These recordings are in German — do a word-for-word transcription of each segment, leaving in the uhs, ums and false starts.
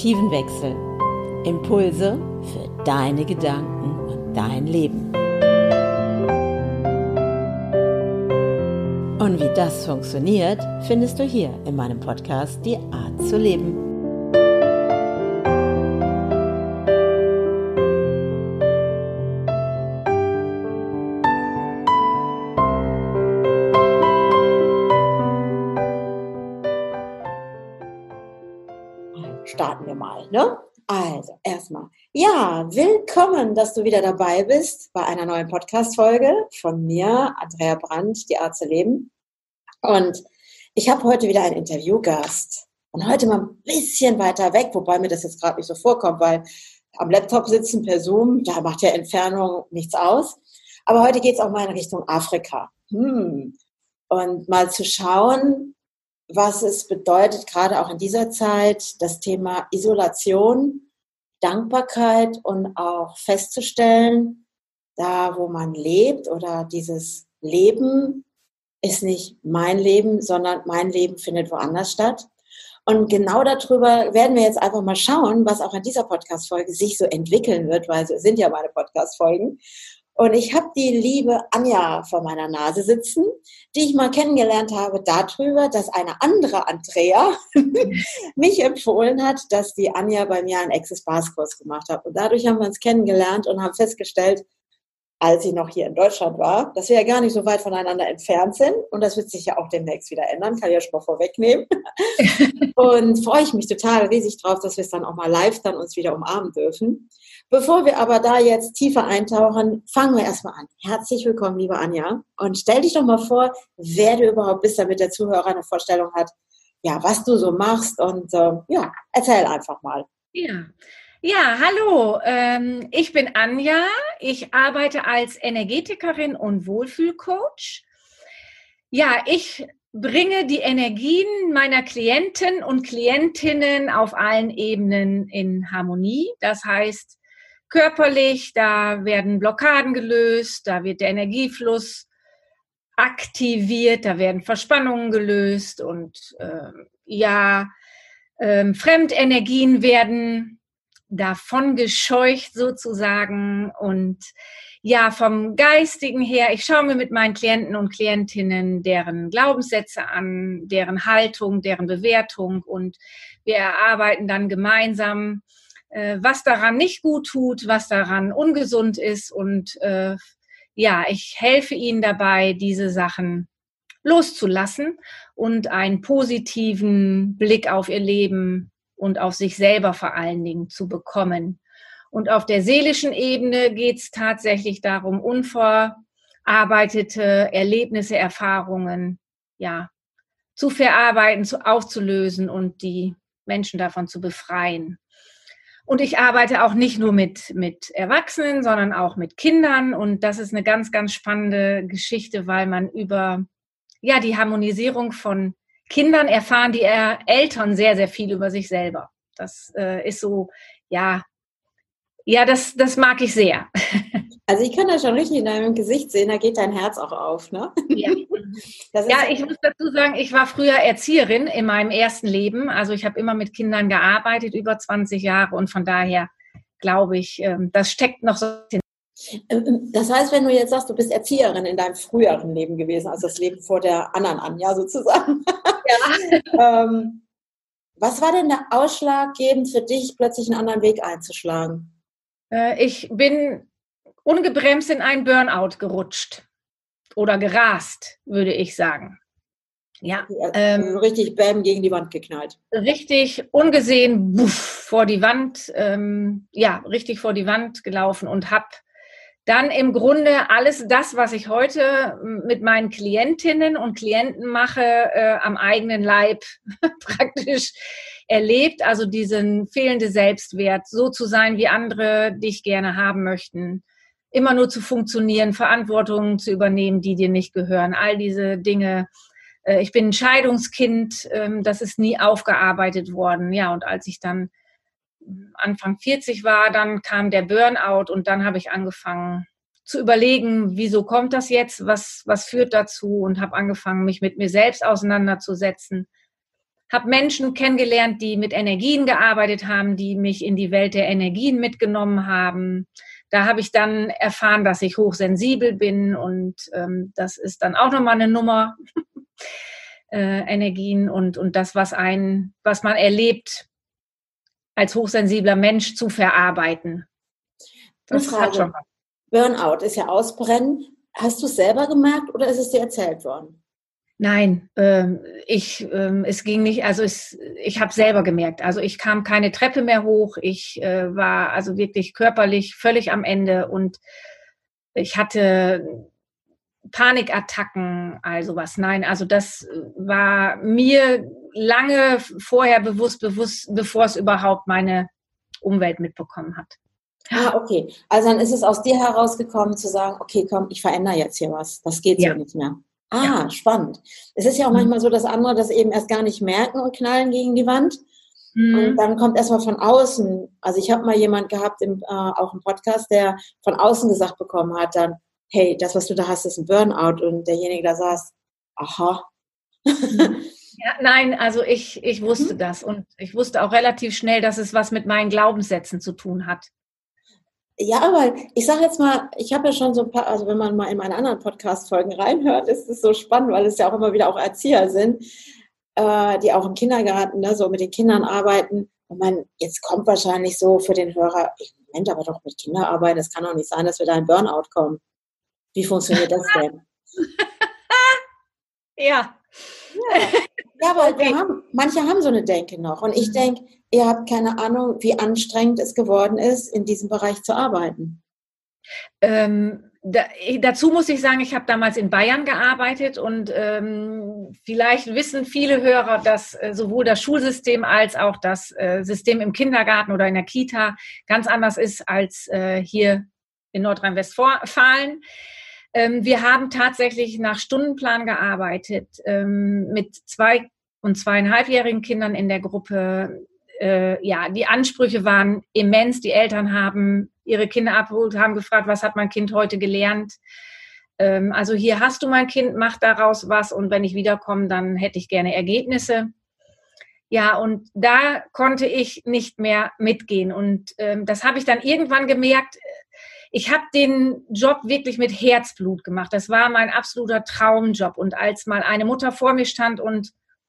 Perspektivenwechsel. Impulse für deine Gedanken und dein Leben. Und wie das funktioniert, findest du hier in meinem Podcast Die Art zu leben. Starten wir mal, ne? Also, erstmal, ja, willkommen, dass du wieder dabei bist bei einer neuen Podcast-Folge von mir, Andrea Brandt, Die Art zu leben. Und ich habe heute wieder einen Interviewgast. Und heute mal ein bisschen weiter weg, wobei mir das jetzt gerade nicht so vorkommt, weil am Laptop sitzen per Zoom, da macht ja Entfernung nichts aus. Aber heute geht es auch mal in Richtung Afrika. Hm. Und mal zu schauen, was es bedeutet, gerade auch in dieser Zeit, das Thema Isolation, Dankbarkeit und auch festzustellen, da wo man lebt oder dieses Leben ist nicht mein Leben, sondern mein Leben findet woanders statt. Und genau darüber werden wir jetzt einfach mal schauen, was auch in dieser Podcast-Folge sich so entwickeln wird, weil so sind ja meine Podcast-Folgen. Und ich habe die liebe Anja vor meiner Nase sitzen, die ich mal kennengelernt habe darüber, dass eine andere Andrea mich empfohlen hat, dass die Anja bei mir einen Access-Bars-Kurs gemacht hat. Und dadurch haben wir uns kennengelernt und haben festgestellt, als ich noch hier in Deutschland war, dass wir ja gar nicht so weit voneinander entfernt sind. Und das wird sich ja auch demnächst wieder ändern, kann ich ja schon mal vorwegnehmen. Und freue ich mich total riesig drauf, dass wir es dann auch mal live dann uns wieder umarmen dürfen. Bevor wir aber da jetzt tiefer eintauchen, fangen wir erstmal an. Herzlich willkommen, liebe Anja. Und stell dich doch mal vor, wer du überhaupt bist, damit der Zuhörer eine Vorstellung hat, ja, was du so machst. Und äh, ja, erzähl einfach mal. Ja. Ja, hallo, ähm, ich bin Anja, ich arbeite als Energetikerin und Wohlfühlcoach. Ja, ich bringe die Energien meiner Klienten und Klientinnen auf allen Ebenen in Harmonie. Das heißt, körperlich, da werden Blockaden gelöst, da wird der Energiefluss aktiviert, da werden Verspannungen gelöst und äh, ja, äh, Fremdenergien werden davon gescheucht sozusagen und ja, vom Geistigen her, ich schaue mir mit meinen Klienten und Klientinnen deren Glaubenssätze an, deren Haltung, deren Bewertung und wir erarbeiten dann gemeinsam, äh, was daran nicht gut tut, was daran ungesund ist und äh, ja, ich helfe ihnen dabei, diese Sachen loszulassen und einen positiven Blick auf ihr Leben und auf sich selber vor allen Dingen zu bekommen. Und auf der seelischen Ebene geht es tatsächlich darum, unverarbeitete Erlebnisse, Erfahrungen, ja, zu verarbeiten, zu, aufzulösen und die Menschen davon zu befreien. Und ich arbeite auch nicht nur mit, mit Erwachsenen, sondern auch mit Kindern. Und das ist eine ganz, ganz spannende Geschichte, weil man über ja, die Harmonisierung von Kindern erfahren die Eltern sehr, sehr viel über sich selber. Das äh, ist so, ja, ja, das, das mag ich sehr. Also ich kann das schon richtig in deinem Gesicht sehen, da geht dein Herz auch auf, ne? Ja, das ist ja, ich muss dazu sagen, ich war früher Erzieherin in meinem ersten Leben. Also ich habe immer mit Kindern gearbeitet, über zwanzig Jahre und von daher glaube ich, das steckt noch so ein bisschen. Das heißt, wenn du jetzt sagst, du bist Erzieherin in deinem früheren Leben gewesen, also das Leben vor der anderen Anja sozusagen. Ja. ähm, was war denn der ausschlaggebend für dich, plötzlich einen anderen Weg einzuschlagen? Äh, ich bin ungebremst in einen Burnout gerutscht oder gerast, würde ich sagen. Ja, ähm, richtig bam gegen die Wand geknallt. Richtig ungesehen, buff, vor die Wand, ähm, ja, richtig vor die Wand gelaufen und habe dann im Grunde alles das, was ich heute mit meinen Klientinnen und Klienten mache, äh, am eigenen Leib praktisch erlebt. Also diesen fehlende Selbstwert, so zu sein, wie andere dich gerne haben möchten. Immer nur zu funktionieren, Verantwortung zu übernehmen, die dir nicht gehören. All diese Dinge. Äh, ich bin ein Scheidungskind, äh, das ist nie aufgearbeitet worden. Ja, und als ich dann Anfang vierzig war, dann kam der Burnout und dann habe ich angefangen zu überlegen, wieso kommt das jetzt, was, was führt dazu und habe angefangen, mich mit mir selbst auseinanderzusetzen habe Menschen kennengelernt, die mit Energien gearbeitet haben, die mich in die Welt der Energien mitgenommen haben. Da habe ich dann erfahren, dass ich hochsensibel bin und ähm, das ist dann auch nochmal eine Nummer, äh, Energien und, und das, was ein, was man erlebt, als hochsensibler Mensch zu verarbeiten. Das eine Frage, Burnout ist ja Ausbrennen. Hast du es selber gemerkt oder ist es dir erzählt worden? Nein, ähm, ich, ähm, es ging nicht, also es, ich habe selber gemerkt, also ich kam keine Treppe mehr hoch, ich äh, war also wirklich körperlich völlig am Ende und ich hatte Panikattacken, also was, nein, also das war mir lange vorher bewusst, bewusst, bevor es überhaupt meine Umwelt mitbekommen hat. Ah, okay. Also dann ist es aus dir herausgekommen zu sagen, okay, komm, ich verändere jetzt hier was. Das geht Ja. so nicht mehr. Ah, Ja. Spannend. Es ist ja auch manchmal so, dass andere das eben erst gar nicht merken und knallen gegen die Wand. Mhm. Und dann kommt erstmal von außen. Also ich habe mal jemand gehabt, im, äh, auch im Podcast, der von außen gesagt bekommen hat dann, hey, das, was du da hast, ist ein Burnout. Und derjenige da saß, aha. Ja, nein, also ich, ich wusste das. Und ich wusste auch relativ schnell, dass es was mit meinen Glaubenssätzen zu tun hat. Ja, aber ich sage jetzt mal, ich habe ja schon so ein paar, also wenn man mal in meine anderen Podcast-Folgen reinhört, ist es so spannend, weil es ja auch immer wieder auch Erzieher sind, äh, die auch im Kindergarten ne, so mit den Kindern arbeiten. Und man, jetzt kommt wahrscheinlich so für den Hörer, ich Moment, aber doch mit Kindern arbeiten, es kann doch nicht sein, dass wir da in Burnout kommen. Wie funktioniert das denn? Ja. Ja, ja aber okay. wir haben, manche haben so eine Denke noch. Und ich denke, ihr habt keine Ahnung, wie anstrengend es geworden ist, in diesem Bereich zu arbeiten. Ähm, da, dazu muss ich sagen, ich habe damals in Bayern gearbeitet und ähm, vielleicht wissen viele Hörer, dass äh, sowohl das Schulsystem als auch das äh, System im Kindergarten oder in der Kita ganz anders ist als äh, hier in Nordrhein-Westfalen. Ähm, wir haben tatsächlich nach Stundenplan gearbeitet, ähm, mit zwei- und zweieinhalbjährigen Kindern in der Gruppe. Äh, ja, die Ansprüche waren immens. Die Eltern haben ihre Kinder abgeholt, haben gefragt, was hat mein Kind heute gelernt? Ähm, also hier hast du mein Kind, mach daraus was und wenn ich wiederkomme, dann hätte ich gerne Ergebnisse. Ja, und da konnte ich nicht mehr mitgehen und ähm, das habe ich dann irgendwann gemerkt. Ich habe den Job wirklich mit Herzblut gemacht. Das war mein absoluter Traumjob. Und als mal eine Mutter vor mir stand und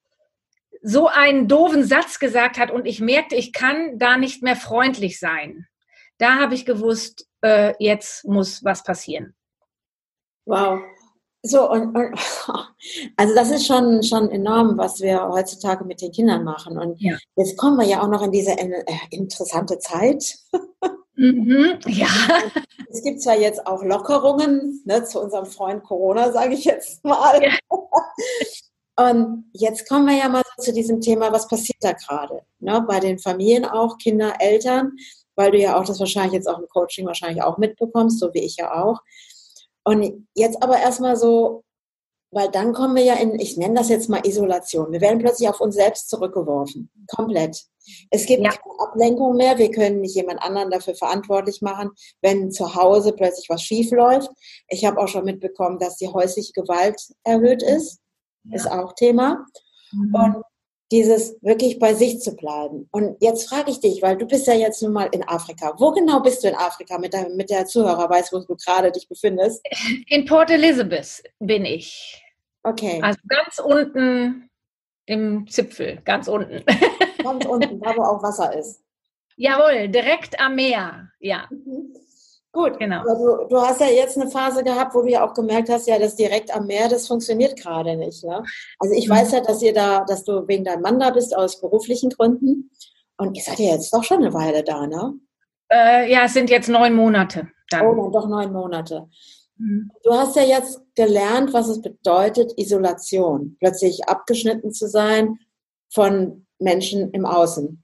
so einen doofen Satz gesagt hat und ich merkte, ich kann da nicht mehr freundlich sein, da habe ich gewusst, äh, jetzt muss was passieren. Wow. So, und, und also das ist schon, schon enorm, was wir heutzutage mit den Kindern machen. Und ja. Jetzt kommen wir ja auch noch in diese äh, interessante Zeit. Mhm, ja. Es gibt zwar jetzt auch Lockerungen, ne, zu unserem Freund Corona, sage ich jetzt mal. Ja. Und jetzt kommen wir ja mal so zu diesem Thema, was passiert da gerade? Ne, bei den Familien auch, Kinder, Eltern, weil du ja auch das wahrscheinlich jetzt auch im Coaching wahrscheinlich auch mitbekommst, so wie ich ja auch. Und jetzt aber erstmal so, weil dann kommen wir ja in, ich nenne das jetzt mal Isolation. Wir werden plötzlich auf uns selbst zurückgeworfen. Komplett. Es gibt ja. keine Ablenkung mehr. Wir können nicht jemand anderen dafür verantwortlich machen, wenn zu Hause plötzlich was schief läuft. Ich habe auch schon mitbekommen, dass die häusliche Gewalt erhöht ist. Ja. Ist auch Thema. Mhm. Und dieses wirklich bei sich zu bleiben. Und jetzt frage ich dich, weil du bist ja jetzt nun mal in Afrika. Wo genau bist du in Afrika, mit der, mit der Zuhörer weiß, wo du gerade dich befindest? In Port Elizabeth bin ich. Okay. Also ganz unten im Zipfel, ganz unten. Ganz unten, da wo auch Wasser ist. Jawohl, direkt am Meer, ja. Mhm. Gut, genau. Also, du hast ja jetzt eine Phase gehabt, wo du ja auch gemerkt hast, ja, das direkt am Meer, das funktioniert gerade nicht. Ne? Also ich mhm. weiß ja, dass ihr da, dass du wegen deinem Mann da bist, aus beruflichen Gründen. Und ihr seid ja jetzt doch schon eine Weile da, ne? Äh, ja, es sind jetzt neun Monate. Dann. Oh, dann doch neun Monate. Mhm. Du hast ja jetzt gelernt, was es bedeutet, Isolation. Plötzlich abgeschnitten zu sein von Menschen im Außen.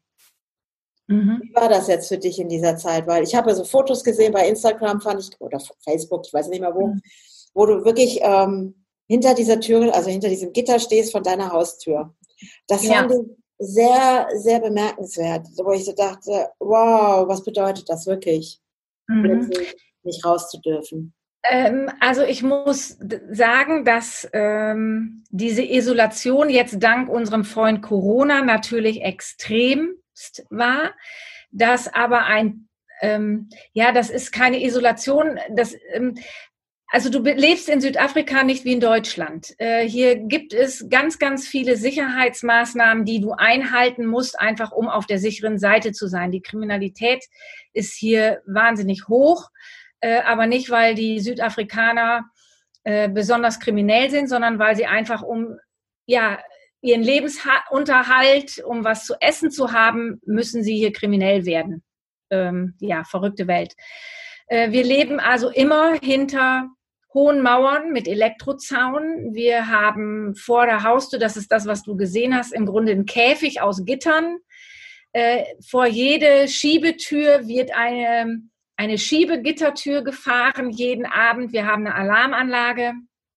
Wie war das jetzt für dich in dieser Zeit? Weil ich habe ja so Fotos gesehen bei Instagram, fand ich, oder Facebook, ich weiß nicht mehr wo, mhm. wo du wirklich ähm, hinter dieser Tür, also hinter diesem Gitter stehst von deiner Haustür. Das ja. fand ich sehr, sehr bemerkenswert, wo ich so dachte, wow, was bedeutet das wirklich, mhm. nicht raus zu dürfen? Ähm, also ich muss sagen, dass ähm, diese Isolation jetzt dank unserem Freund Corona natürlich extremst war, dass aber ein, ähm, ja, das ist keine Isolation, das, ähm, also du lebst in Südafrika nicht wie in Deutschland. Äh, hier gibt es ganz, ganz viele Sicherheitsmaßnahmen, die du einhalten musst, einfach um auf der sicheren Seite zu sein. Die Kriminalität ist hier wahnsinnig hoch. Äh, aber nicht, weil die Südafrikaner äh, besonders kriminell sind, sondern weil sie einfach um ja, ihren Lebensunterhalt, um was zu essen zu haben, müssen sie hier kriminell werden. Ähm, ja, verrückte Welt. Äh, wir leben also immer hinter hohen Mauern mit Elektrozaun. Wir haben vor der Haustür, das ist das, was du gesehen hast, im Grunde einen Käfig aus Gittern. Äh, vor jede Schiebetür wird eine eine Schiebegittertür gefahren jeden Abend. Wir haben eine Alarmanlage.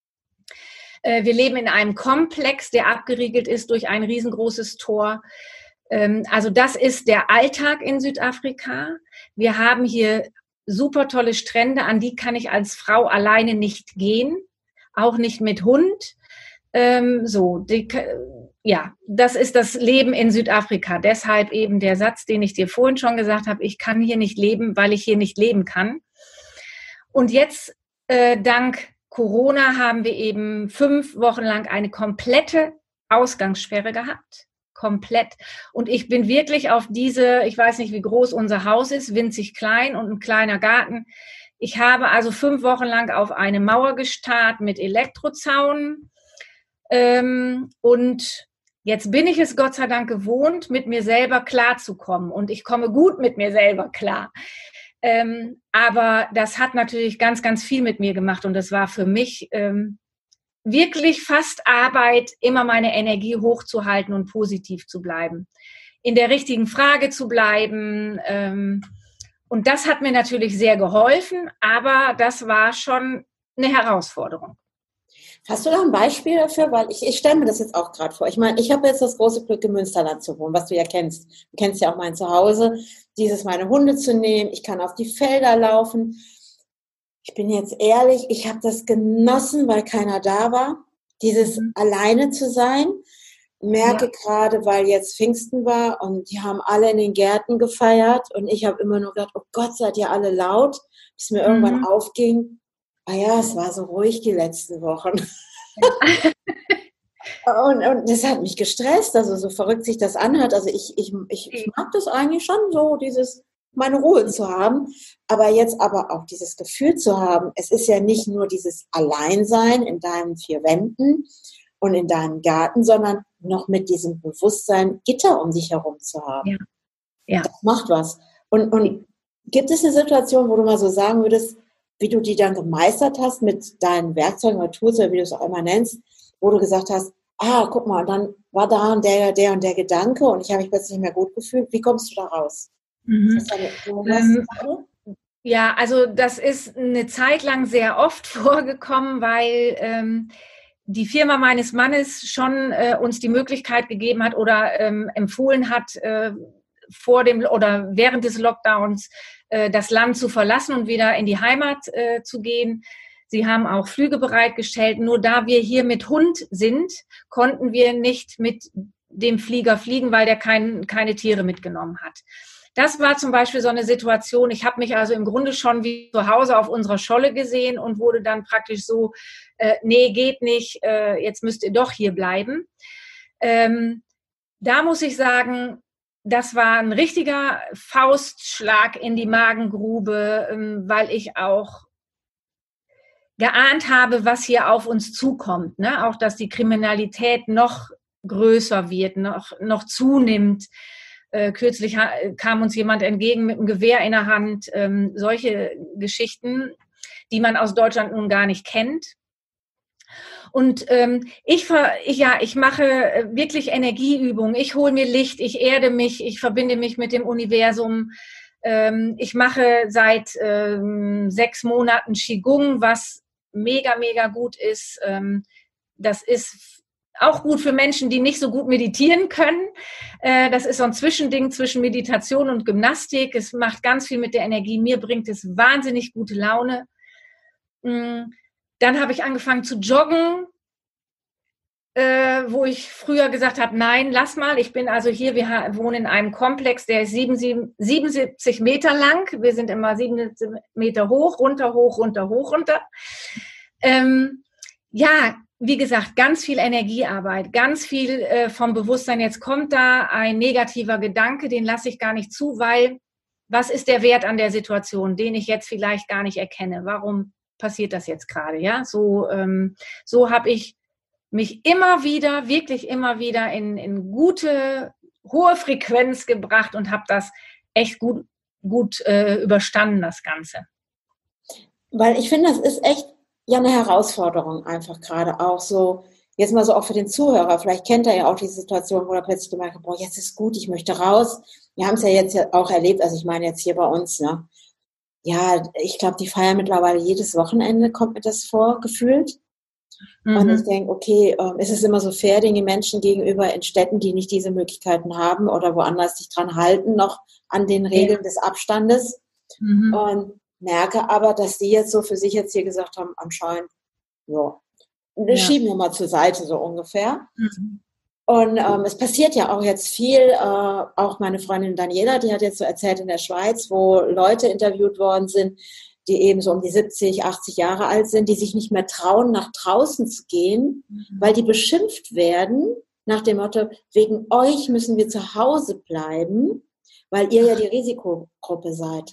Wir leben in einem Komplex, der abgeriegelt ist durch ein riesengroßes Tor. Also das ist der Alltag in Südafrika. Wir haben hier super tolle Strände, an die kann ich als Frau alleine nicht gehen, auch nicht mit Hund. So, die, ja, das ist das Leben in Südafrika. Deshalb eben der Satz, den ich dir vorhin schon gesagt habe, ich kann hier nicht leben, weil ich hier nicht leben kann. Und jetzt, äh, dank Corona, haben wir eben fünf Wochen lang eine komplette Ausgangssperre gehabt. Komplett. Und ich bin wirklich auf diese, ich weiß nicht, wie groß unser Haus ist, winzig klein und ein kleiner Garten. Ich habe also fünf Wochen lang auf eine Mauer gestarrt mit Elektrozaun. Ähm, und jetzt bin ich es Gott sei Dank gewohnt, mit mir selber klarzukommen. Und ich komme gut mit mir selber klar. Ähm, aber das hat natürlich ganz, ganz viel mit mir gemacht. Und das war für mich ähm, wirklich fast Arbeit, immer meine Energie hochzuhalten und positiv zu bleiben. In der richtigen Frage zu bleiben. Ähm, und das hat mir natürlich sehr geholfen. Aber das war schon eine Herausforderung. Hast du da ein Beispiel dafür? Weil ich, ich stelle mir das jetzt auch gerade vor. Ich meine, ich habe jetzt das große Glück, im Münsterland zu wohnen, was du ja kennst. Du kennst ja auch mein Zuhause. Dieses, meine Hunde zu nehmen. Ich kann auf die Felder laufen. Ich bin jetzt ehrlich, ich habe das genossen, weil keiner da war. Dieses mhm. alleine zu sein. Merke ja. gerade, weil jetzt Pfingsten war und die haben alle in den Gärten gefeiert. Und ich habe immer nur gedacht, oh Gott, seid ihr alle laut. Bis mir mhm. irgendwann aufging, ah ja, es war so ruhig die letzten Wochen. und, und das hat mich gestresst, also so verrückt sich das anhört. Also ich, ich, ich, ich mag das eigentlich schon so, dieses meine Ruhe zu haben. Aber jetzt aber auch dieses Gefühl zu haben, es ist ja nicht nur dieses Alleinsein in deinen vier Wänden und in deinem Garten, sondern noch mit diesem Bewusstsein, Gitter um dich herum zu haben. Ja. Ja. Das macht was. Und, und gibt es eine Situation, wo du mal so sagen würdest, wie du die dann gemeistert hast mit deinen Werkzeugen oder Tools oder wie du es auch immer nennst, wo du gesagt hast, ah, guck mal, und dann war da der, der und der Gedanke und ich habe mich plötzlich nicht mehr gut gefühlt. Wie kommst du da raus? Mhm. Ist das ähm, ja, also das ist eine Zeit lang sehr oft vorgekommen, weil ähm, die Firma meines Mannes schon äh, uns die Möglichkeit gegeben hat oder ähm, empfohlen hat, äh, vor dem oder während des Lockdowns äh, das Land zu verlassen und wieder in die Heimat äh, zu gehen. Sie haben auch Flüge bereitgestellt. Nur da wir hier mit Hund sind, konnten wir nicht mit dem Flieger fliegen, weil der kein, keine Tiere mitgenommen hat. Das war zum Beispiel so eine Situation. Ich habe mich also im Grunde schon wie zu Hause auf unserer Scholle gesehen und wurde dann praktisch so, äh, nee, geht nicht, äh, jetzt müsst ihr doch hier bleiben. Ähm, da muss ich sagen, das war ein richtiger Faustschlag in die Magengrube, weil ich auch geahnt habe, was hier auf uns zukommt. Ne? Auch, dass die Kriminalität noch größer wird, noch, noch zunimmt. Äh, kürzlich ha- kam uns jemand entgegen mit einem Gewehr in der Hand. Ähm, solche Geschichten, die man aus Deutschland nun gar nicht kennt. Und ähm, ich, ich, ja, ich mache wirklich Energieübungen. Ich hole mir Licht, ich erde mich, ich verbinde mich mit dem Universum. Ähm, ich mache seit ähm, sechs Monaten Qigong, was mega, mega gut ist. Ähm, das ist auch gut für Menschen, die nicht so gut meditieren können. Äh, das ist so ein Zwischending zwischen Meditation und Gymnastik. Es macht ganz viel mit der Energie. Mir bringt es wahnsinnig gute Laune. Dann habe ich angefangen zu joggen, äh, wo ich früher gesagt habe, nein, lass mal. Ich bin also hier, wir wohnen in einem Komplex, der ist siebenundsiebzig Meter lang. Wir sind immer siebenundsiebzig Meter hoch, runter, hoch, runter, hoch, runter. Ähm, ja, wie gesagt, ganz viel Energiearbeit, ganz viel äh, vom Bewusstsein. Jetzt kommt da ein negativer Gedanke, den lasse ich gar nicht zu, weil was ist der Wert an der Situation, den ich jetzt vielleicht gar nicht erkenne? Warum passiert das jetzt gerade? Ja, so, ähm, so habe ich mich immer wieder, wirklich immer wieder in, in gute, hohe Frequenz gebracht und habe das echt gut, gut äh, überstanden, das Ganze. Weil ich finde, das ist echt ja eine Herausforderung einfach gerade auch so, jetzt mal so auch für den Zuhörer, vielleicht kennt er ja auch die Situation, wo er plötzlich gemerkt hat, boah, jetzt ist gut, ich möchte raus. Wir haben es ja jetzt ja auch erlebt, also ich meine jetzt hier bei uns, ne? Ja, ich glaube, die feiern mittlerweile jedes Wochenende, kommt mir das vor, gefühlt. Mhm. Und ich denke, okay, äh, ist es immer so fair den Menschen gegenüber in Städten, die nicht diese Möglichkeiten haben oder woanders sich dran halten, noch an den Regeln ja. des Abstandes. Mhm. Und merke aber, dass die jetzt so für sich jetzt hier gesagt haben, anscheinend, ja, ja. schieben wir mal zur Seite so ungefähr. Mhm. Und ähm, es passiert ja auch jetzt viel, äh, auch meine Freundin Daniela, die hat jetzt so erzählt in der Schweiz, wo Leute interviewt worden sind, die eben so um die siebzig, achtzig Jahre alt sind, die sich nicht mehr trauen, nach draußen zu gehen, mhm. weil die beschimpft werden nach dem Motto, wegen euch müssen wir zu Hause bleiben, weil ihr ja die Risikogruppe seid.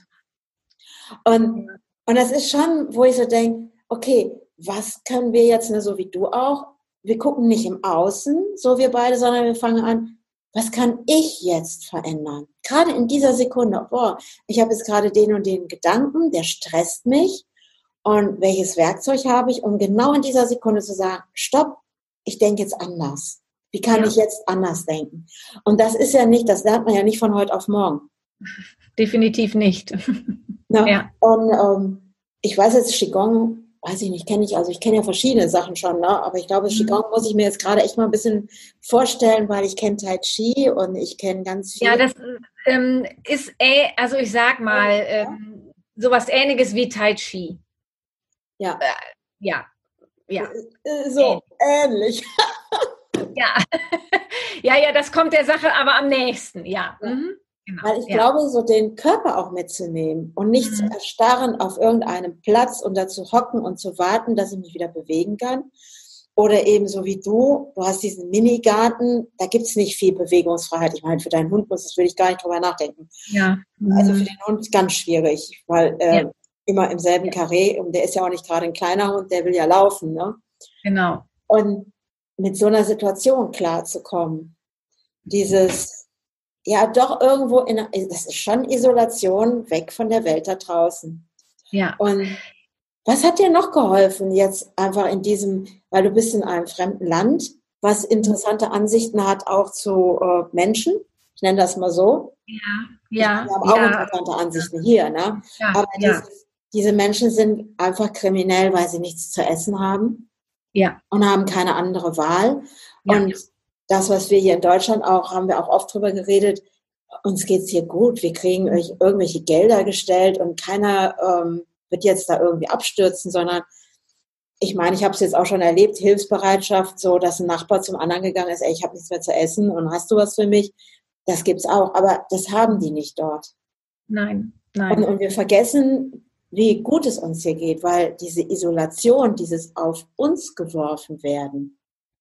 Und, und das ist schon, wo ich so denke, okay, was können wir jetzt, ne, so wie du auch, wir gucken nicht im Außen, so wir beide, sondern wir fangen an, was kann ich jetzt verändern? Gerade in dieser Sekunde, boah, ich habe jetzt gerade den und den Gedanken, der stresst mich. Und welches Werkzeug habe ich, um genau in dieser Sekunde zu sagen, stopp, ich denke jetzt anders. Wie kann ja. ich jetzt anders denken? Und das ist ja nicht, das lernt man ja nicht von heute auf morgen. Definitiv nicht. Na, ja. Und ähm, ich weiß jetzt, Qigong, weiß ich nicht, kenne ich, also ich kenne ja verschiedene Sachen schon, ne? Aber ich glaube, Qigong muss ich mir jetzt gerade echt mal ein bisschen vorstellen, weil ich kenne Tai Chi und ich kenne ganz viel. Ja, das ähm, ist, äh, also ich sag mal, ähm, sowas Ähnliches wie Tai Chi. Ja. Äh, ja, ja. So, ähnlich. Ja. ja, ja, das kommt der Sache aber am nächsten, ja. ja. Mhm. Genau, Weil ich ja. glaube, so den Körper auch mitzunehmen und nicht mhm. zu erstarren auf irgendeinem Platz und dazu hocken und zu warten, dass ich mich wieder bewegen kann. Oder eben so wie du, du hast diesen Minigarten, da gibt es nicht viel Bewegungsfreiheit. Ich meine, für deinen Hund muss, das will ich gar nicht drüber nachdenken. Ja. Mhm. Also für den Hund ganz schwierig, weil äh, ja. immer im selben Karree, und der ist ja auch nicht gerade ein kleiner Hund, der will ja laufen. Ne? Genau. Und mit so einer Situation klarzukommen, dieses ja, doch irgendwo, in, das ist schon Isolation, weg von der Welt da draußen. Ja. Und was hat dir noch geholfen jetzt einfach in diesem, weil du bist in einem fremden Land, was interessante Ansichten hat auch zu äh, Menschen, ich nenne das mal so. Ja, ja. Wir haben ja. auch interessante Ansichten hier, ne? Ja, aber ja. dieses, diese Menschen sind einfach kriminell, weil sie nichts zu essen haben. Ja. Und haben keine andere Wahl. Ja. Und das, was wir hier in Deutschland auch, haben wir auch oft drüber geredet, uns geht's hier gut, wir kriegen euch irgendwelche Gelder gestellt und keiner ähm, wird jetzt da irgendwie abstürzen, sondern ich meine, ich habe es jetzt auch schon erlebt, Hilfsbereitschaft, so dass ein Nachbar zum anderen gegangen ist, ey, ich habe nichts mehr zu essen und hast du was für mich? Das gibt's auch, aber das haben die nicht dort. Nein, nein. Und, und wir vergessen, wie gut es uns hier geht, weil diese Isolation, dieses auf uns geworfen werden,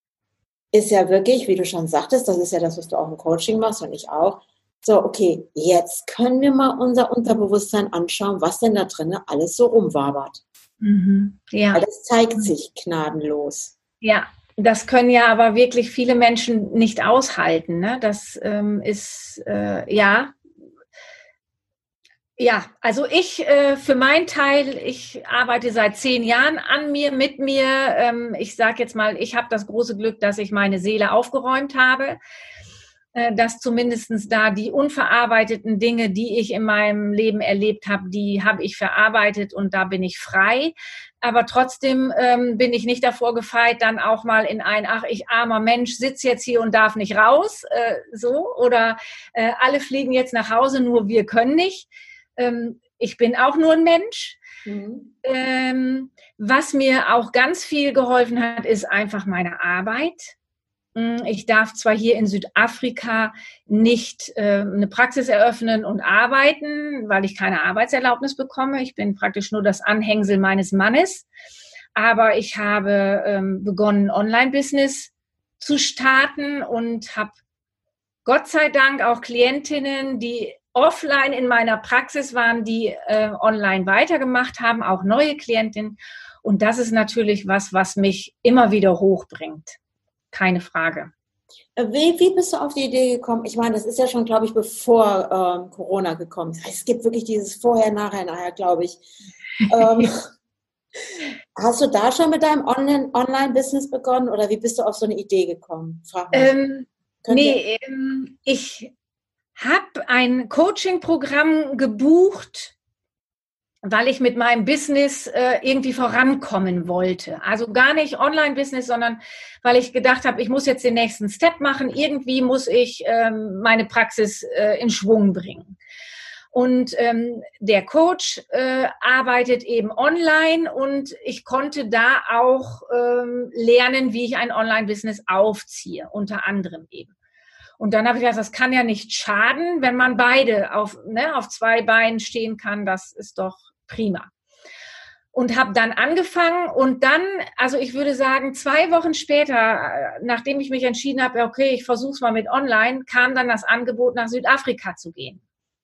ist ja wirklich, wie du schon sagtest, das ist ja das, was du auch im Coaching machst und ich auch, so, okay, jetzt können wir mal unser Unterbewusstsein anschauen, was denn da drinnen alles so rumwabert. Mhm. Ja. Weil das zeigt sich gnadenlos. Ja, das können ja aber wirklich viele Menschen nicht aushalten. Ne? Das ähm, ist, äh, ja, Ja, also ich äh, für meinen Teil, ich arbeite seit zehn Jahren an mir, mit mir. Ähm, ich sage jetzt mal, ich habe das große Glück, dass ich meine Seele aufgeräumt habe, äh, dass zumindestens da die unverarbeiteten Dinge, die ich in meinem Leben erlebt habe, die habe ich verarbeitet und da bin ich frei. Aber trotzdem ähm, bin ich nicht davor gefeit, dann auch mal in ein, ach, ich armer Mensch, sitze jetzt hier und darf nicht raus, äh, so. Oder äh, alle fliegen jetzt nach Hause, nur wir können nicht. ich bin auch nur ein Mensch. Mhm. Ähm, was mir auch ganz viel geholfen hat, ist einfach meine Arbeit. Ich darf zwar hier in Südafrika nicht äh, eine Praxis eröffnen und arbeiten, weil ich keine Arbeitserlaubnis bekomme. Ich bin praktisch nur das Anhängsel meines Mannes. Aber ich habe ähm, begonnen, Online-Business zu starten und habe Gott sei Dank auch Klientinnen, die offline in meiner Praxis waren, die äh, online weitergemacht haben, auch neue Klientinnen. Und das ist natürlich was, was mich immer wieder hochbringt. Keine Frage. Wie, wie bist du auf die Idee gekommen? Ich meine, das ist ja schon, glaube ich, bevor ähm, Corona gekommen ist. Es gibt wirklich dieses Vorher, Nachher, Nachher, glaube ich. ähm, hast du da schon mit deinem Online- Online-Business begonnen oder wie bist du auf so eine Idee gekommen? Frag mal. Ähm, nee, ähm, ich habe ein Coaching-Programm gebucht, weil ich mit meinem Business äh, irgendwie vorankommen wollte. Also gar nicht Online-Business, sondern weil ich gedacht habe, ich muss jetzt den nächsten Step machen. Irgendwie muss ich ähm, meine Praxis äh, in Schwung bringen. Und ähm, der Coach äh, arbeitet eben online und ich konnte da auch ähm, lernen, wie ich ein Online-Business aufziehe, unter anderem eben. Und dann habe ich gedacht, das kann ja nicht schaden, wenn man beide auf, ne, auf zwei Beinen stehen kann. Das ist doch prima. Und habe dann angefangen und dann, also ich würde sagen, zwei Wochen später, nachdem ich mich entschieden habe, okay, ich versuche es mal mit online, kam dann das Angebot, nach Südafrika zu gehen.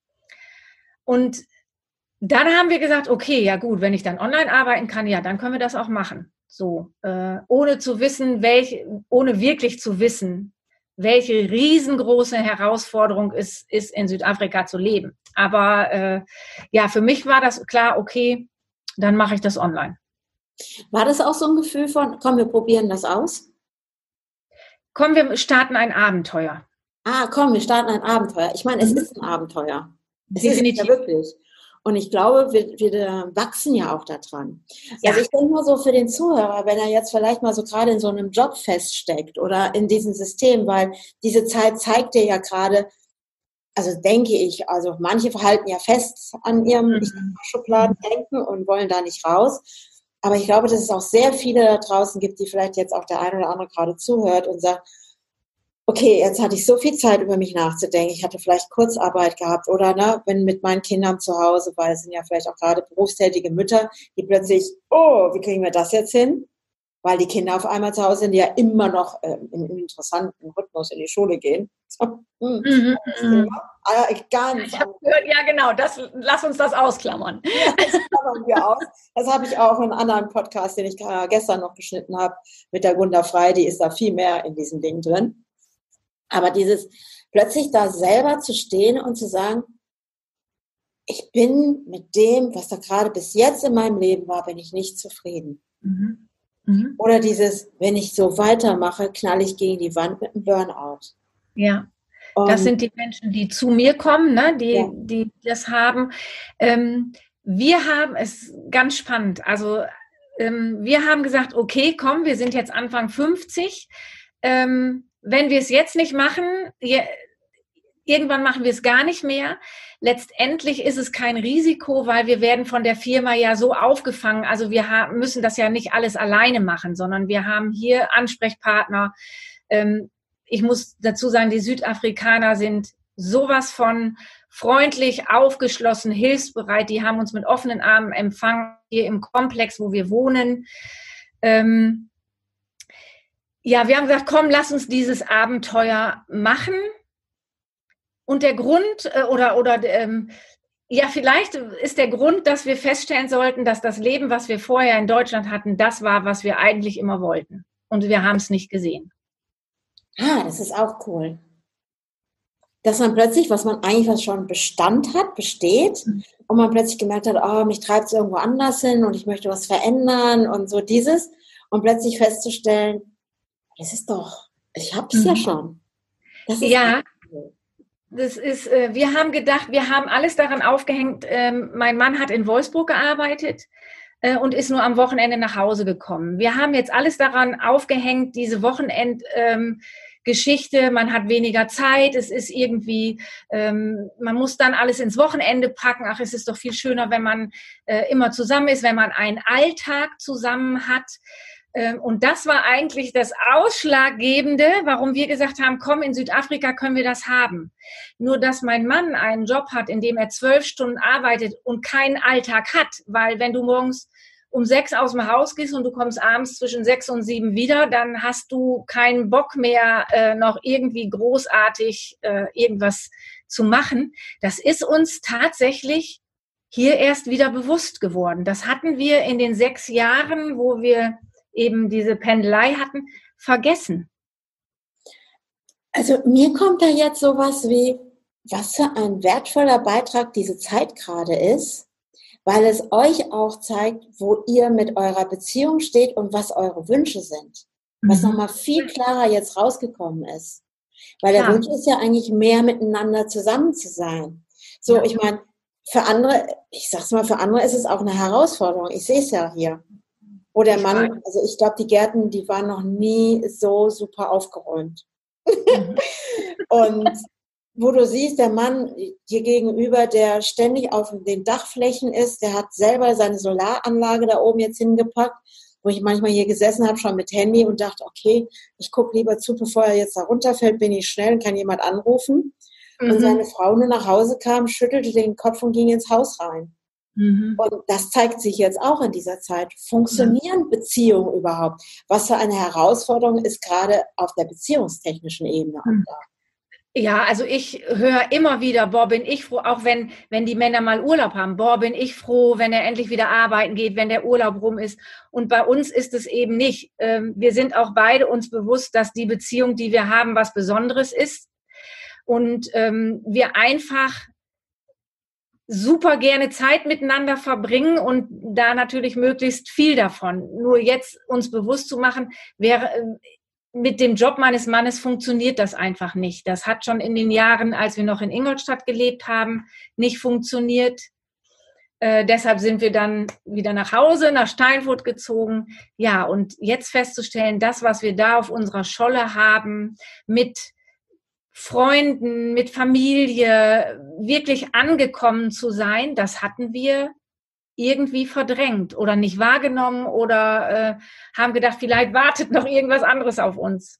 Und dann haben wir gesagt, okay, ja gut, wenn ich dann online arbeiten kann, ja, dann können wir das auch machen. So, äh, ohne zu wissen, welche, ohne wirklich zu wissen, welche riesengroße Herausforderung es ist, in Südafrika zu leben. Aber äh, ja, für mich war das klar, okay, dann mache ich das online. War das auch so ein Gefühl von, komm, wir probieren das aus? Komm, wir starten ein Abenteuer. Ah, komm, wir starten ein Abenteuer. Ich meine, es Mhm. ist ein Abenteuer. Es Definitiv. ist ja wirklich. Und ich glaube, wir, wir wachsen ja auch daran. Ja. Also ich denke mal so für den Zuhörer, wenn er jetzt vielleicht mal so gerade in so einem Job feststeckt oder in diesem System, weil diese Zeit zeigt dir ja gerade, also denke ich, also manche verhalten ja fest an ihrem Mhm. ich sag mal, Schubladendenken und wollen da nicht raus. Aber ich glaube, dass es auch sehr viele da draußen gibt, die vielleicht jetzt auch der eine oder andere gerade zuhört und sagt, okay, jetzt hatte ich so viel Zeit, über mich nachzudenken. Ich hatte vielleicht Kurzarbeit gehabt oder ne, wenn mit meinen Kindern zu Hause, weil es sind ja vielleicht auch gerade berufstätige Mütter, die plötzlich, oh, wie kriegen wir das jetzt hin? Weil die Kinder auf einmal zu Hause sind, die ja immer noch äh, im, im interessanten Rhythmus in die Schule gehen. So, hm, Mhm. Mhm. ah, ganz Ich habe gehört, ja genau, das, lass uns das ausklammern. Ja, das klammern wir aus. Das habe ich auch in einem anderen Podcast, den ich gestern noch geschnitten habe, mit der Gunda Frei, die ist da viel mehr in diesem Ding drin. Aber dieses plötzlich da selber zu stehen und zu sagen, ich bin mit dem, was da gerade bis jetzt in meinem Leben war, bin ich nicht zufrieden. Mhm. Mhm. Oder dieses, wenn ich so weitermache, knall ich gegen die Wand mit einem Burnout. Ja, Und das sind die Menschen, die zu mir kommen, ne, die, ja. die das haben. Ähm, wir haben es ganz spannend. Also ähm, wir haben gesagt, okay, komm, wir sind jetzt Anfang fünfzig. Ähm, wenn wir es jetzt nicht machen, je, irgendwann machen wir es gar nicht mehr. Letztendlich ist es kein Risiko, weil wir werden von der Firma ja so aufgefangen. Also wir haben, müssen das ja nicht alles alleine machen, sondern wir haben hier Ansprechpartner. Ähm, ich muss dazu sagen, die Südafrikaner sind sowas von freundlich, aufgeschlossen, hilfsbereit. Die haben uns mit offenen Armen empfangen hier im Komplex, wo wir wohnen. Ähm, ja, wir haben gesagt, komm, lass uns dieses Abenteuer machen. Und der Grund äh, oder, oder ähm, ja, vielleicht ist der Grund, dass wir feststellen sollten, dass das Leben, was wir vorher in Deutschland hatten, das war, was wir eigentlich immer wollten. Und wir haben es nicht gesehen. Ah, das ist auch cool. Dass man plötzlich, was man eigentlich was schon Bestand hat, besteht, Mhm. und man plötzlich gemerkt hat, oh, mich treibt es irgendwo anders hin und ich möchte was verändern und so dieses. Und plötzlich festzustellen, das ist doch, ich hab's Mhm. ja schon. Das ist Ja, cool. das ist, äh, wir haben gedacht, wir haben alles daran aufgehängt. Ähm, mein Mann hat in Wolfsburg gearbeitet äh, und ist nur am Wochenende nach Hause gekommen. Wir haben jetzt alles daran aufgehängt, diese Wochenendgeschichte Geschichte, man hat weniger Zeit, es ist irgendwie, ähm, man muss dann alles ins Wochenende packen. Ach, es ist doch viel schöner, wenn man äh, immer zusammen ist, wenn man einen Alltag zusammen hat. Ähm, und das war eigentlich das Ausschlaggebende, warum wir gesagt haben, komm, in Südafrika können wir das haben. Nur, dass mein Mann einen Job hat, in dem er zwölf Stunden arbeitet und keinen Alltag hat, weil wenn du morgens um sechs aus dem Haus gehst und du kommst abends zwischen sechs und sieben wieder, dann hast du keinen Bock mehr, äh, noch irgendwie großartig äh, irgendwas zu machen. Das ist uns tatsächlich hier erst wieder bewusst geworden. Das hatten wir in den sechs Jahren, wo wir eben diese Pendelei hatten, vergessen. Also mir kommt da jetzt sowas wie, was für ein wertvoller Beitrag diese Zeit gerade ist, weil es euch auch zeigt, wo ihr mit eurer Beziehung steht und was eure Wünsche sind. Was mhm. nochmal viel klarer jetzt rausgekommen ist. Weil der ja. Wunsch ist ja eigentlich mehr miteinander zusammen zu sein. So, ja. ich meine, für andere, ich sag's mal, für andere ist es auch eine Herausforderung. Ich sehe es ja hier. Wo der ich Mann, weiß. also ich glaube, die Gärten, die waren noch nie so super aufgeräumt. Mhm. Und wo du siehst, der Mann hier gegenüber, der ständig auf den Dachflächen ist, der hat selber seine Solaranlage da oben jetzt hingepackt, wo ich manchmal hier gesessen habe, schon mit Handy und dachte, okay, ich gucke lieber zu, bevor er jetzt da runterfällt, bin ich schnell und kann jemand anrufen. Mhm. Und seine Frau nur nach Hause kam, schüttelte den Kopf und ging ins Haus rein. Mhm. Und das zeigt sich jetzt auch in dieser Zeit. Funktionieren mhm. Beziehungen überhaupt? Was für eine Herausforderung ist gerade auf der beziehungstechnischen Ebene auch da? Ja, also ich höre immer wieder, boah, bin ich froh, auch wenn, wenn die Männer mal Urlaub haben, boah, bin ich froh, wenn er endlich wieder arbeiten geht, wenn der Urlaub rum ist. Und bei uns ist es eben nicht. Wir sind auch beide uns bewusst, dass die Beziehung, die wir haben, was Besonderes ist. Und wir einfach super gerne Zeit miteinander verbringen und da natürlich möglichst viel davon. Nur jetzt uns bewusst zu machen, wäre... Mit dem Job meines Mannes funktioniert das einfach nicht. Das hat schon in den Jahren, als wir noch in Ingolstadt gelebt haben, nicht funktioniert. Äh, deshalb sind wir dann wieder nach Hause, nach Steinfurt gezogen. Ja, und jetzt festzustellen, das, was wir da auf unserer Scholle haben, mit Freunden, mit Familie, wirklich angekommen zu sein, das hatten wir irgendwie verdrängt oder nicht wahrgenommen oder äh, haben gedacht, vielleicht wartet noch irgendwas anderes auf uns.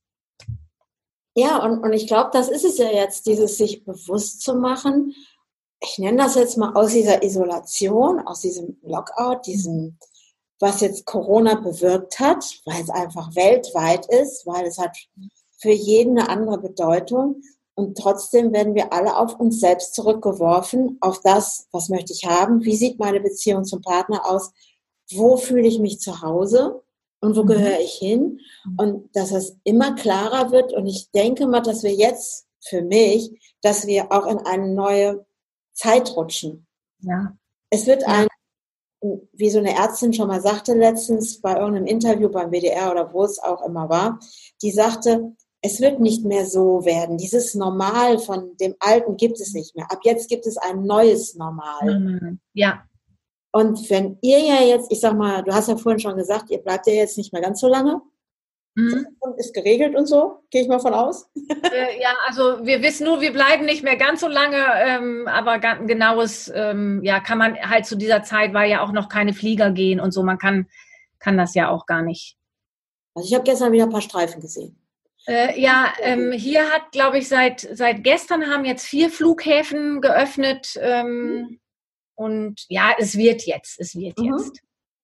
Ja, und, und ich glaube, das ist es ja jetzt, dieses sich bewusst zu machen. Ich nenne das jetzt mal aus dieser Isolation, aus diesem Lockout, diesem, was jetzt Corona bewirkt hat, weil es einfach weltweit ist, weil es hat für jeden eine andere Bedeutung. Und trotzdem werden wir alle auf uns selbst zurückgeworfen, auf das, was möchte ich haben, wie sieht meine Beziehung zum Partner aus, wo fühle ich mich zu Hause und wo mhm. gehöre ich hin. Und dass es immer klarer wird. Und ich denke mal, dass wir jetzt für mich, dass wir auch in eine neue Zeit rutschen. Ja. Es wird ein, wie so eine Ärztin schon mal sagte letztens bei irgendeinem Interview beim W D R oder wo es auch immer war, die sagte, es wird nicht mehr so werden. Dieses Normal von dem Alten gibt es nicht mehr. Ab jetzt gibt es ein neues Normal. Ja. Und wenn ihr ja jetzt, ich sag mal, du hast ja vorhin schon gesagt, ihr bleibt ja jetzt nicht mehr ganz so lange. Mhm. Ist geregelt und so, gehe ich mal von aus. Äh, ja, also wir wissen nur, wir bleiben nicht mehr ganz so lange, ähm, aber ganz genaues, ähm, ja, kann man halt zu dieser Zeit, weil ja auch noch keine Flieger gehen und so, man kann, kann das ja auch gar nicht. Also ich habe gestern wieder ein paar Streifen gesehen. Äh, ja, ähm, hier hat, glaube ich, seit, seit gestern haben jetzt vier Flughäfen geöffnet ähm, mhm. und ja, es wird jetzt, es wird mhm. jetzt.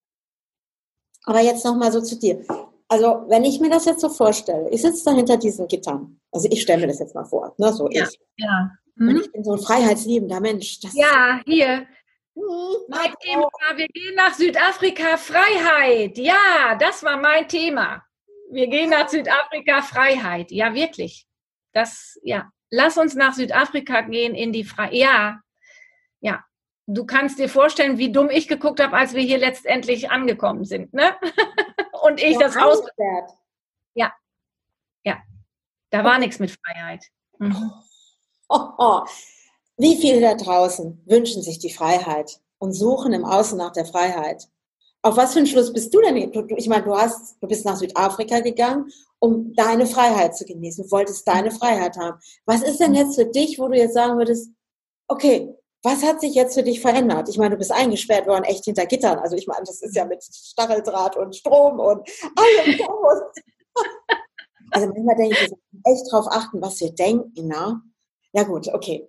Aber jetzt nochmal so zu dir. Also wenn ich mir das jetzt so vorstelle, ich sitze da hinter diesen Gittern, also ich stelle mir das jetzt mal vor, ne, so ja, ich. Ja. Mhm. Und ich bin so ein freiheitsliebender Mensch. Das ja, hier. Mein Thema war, wir gehen nach Südafrika, Freiheit. Ja, das war mein Thema. Wir gehen nach Südafrika, Freiheit. Ja, wirklich. Das, ja. Lass uns nach Südafrika gehen in die Freiheit. Ja, ja. Du kannst dir vorstellen, wie dumm ich geguckt habe, als wir hier letztendlich angekommen sind, ne? Und ich ja, das Haus. Ja, ja. Da war nichts mit Freiheit. Mhm. Oh, oh. Wie viele da draußen wünschen sich die Freiheit und suchen im Außen nach der Freiheit? Auf was für einen Schluss bist du denn? Ich meine, du hast, du bist nach Südafrika gegangen um deine Freiheit zu genießen. Du wolltest deine Freiheit haben. Was ist denn jetzt für dich, wo du jetzt sagen würdest, okay, was hat sich jetzt für dich verändert? Ich meine, du bist eingesperrt worden, echt hinter Gittern. Also ich meine, das ist ja mit Stacheldraht und Strom und allem. Also manchmal denke ich, wir sollten echt drauf achten, was wir denken. Ne? Ja gut, okay.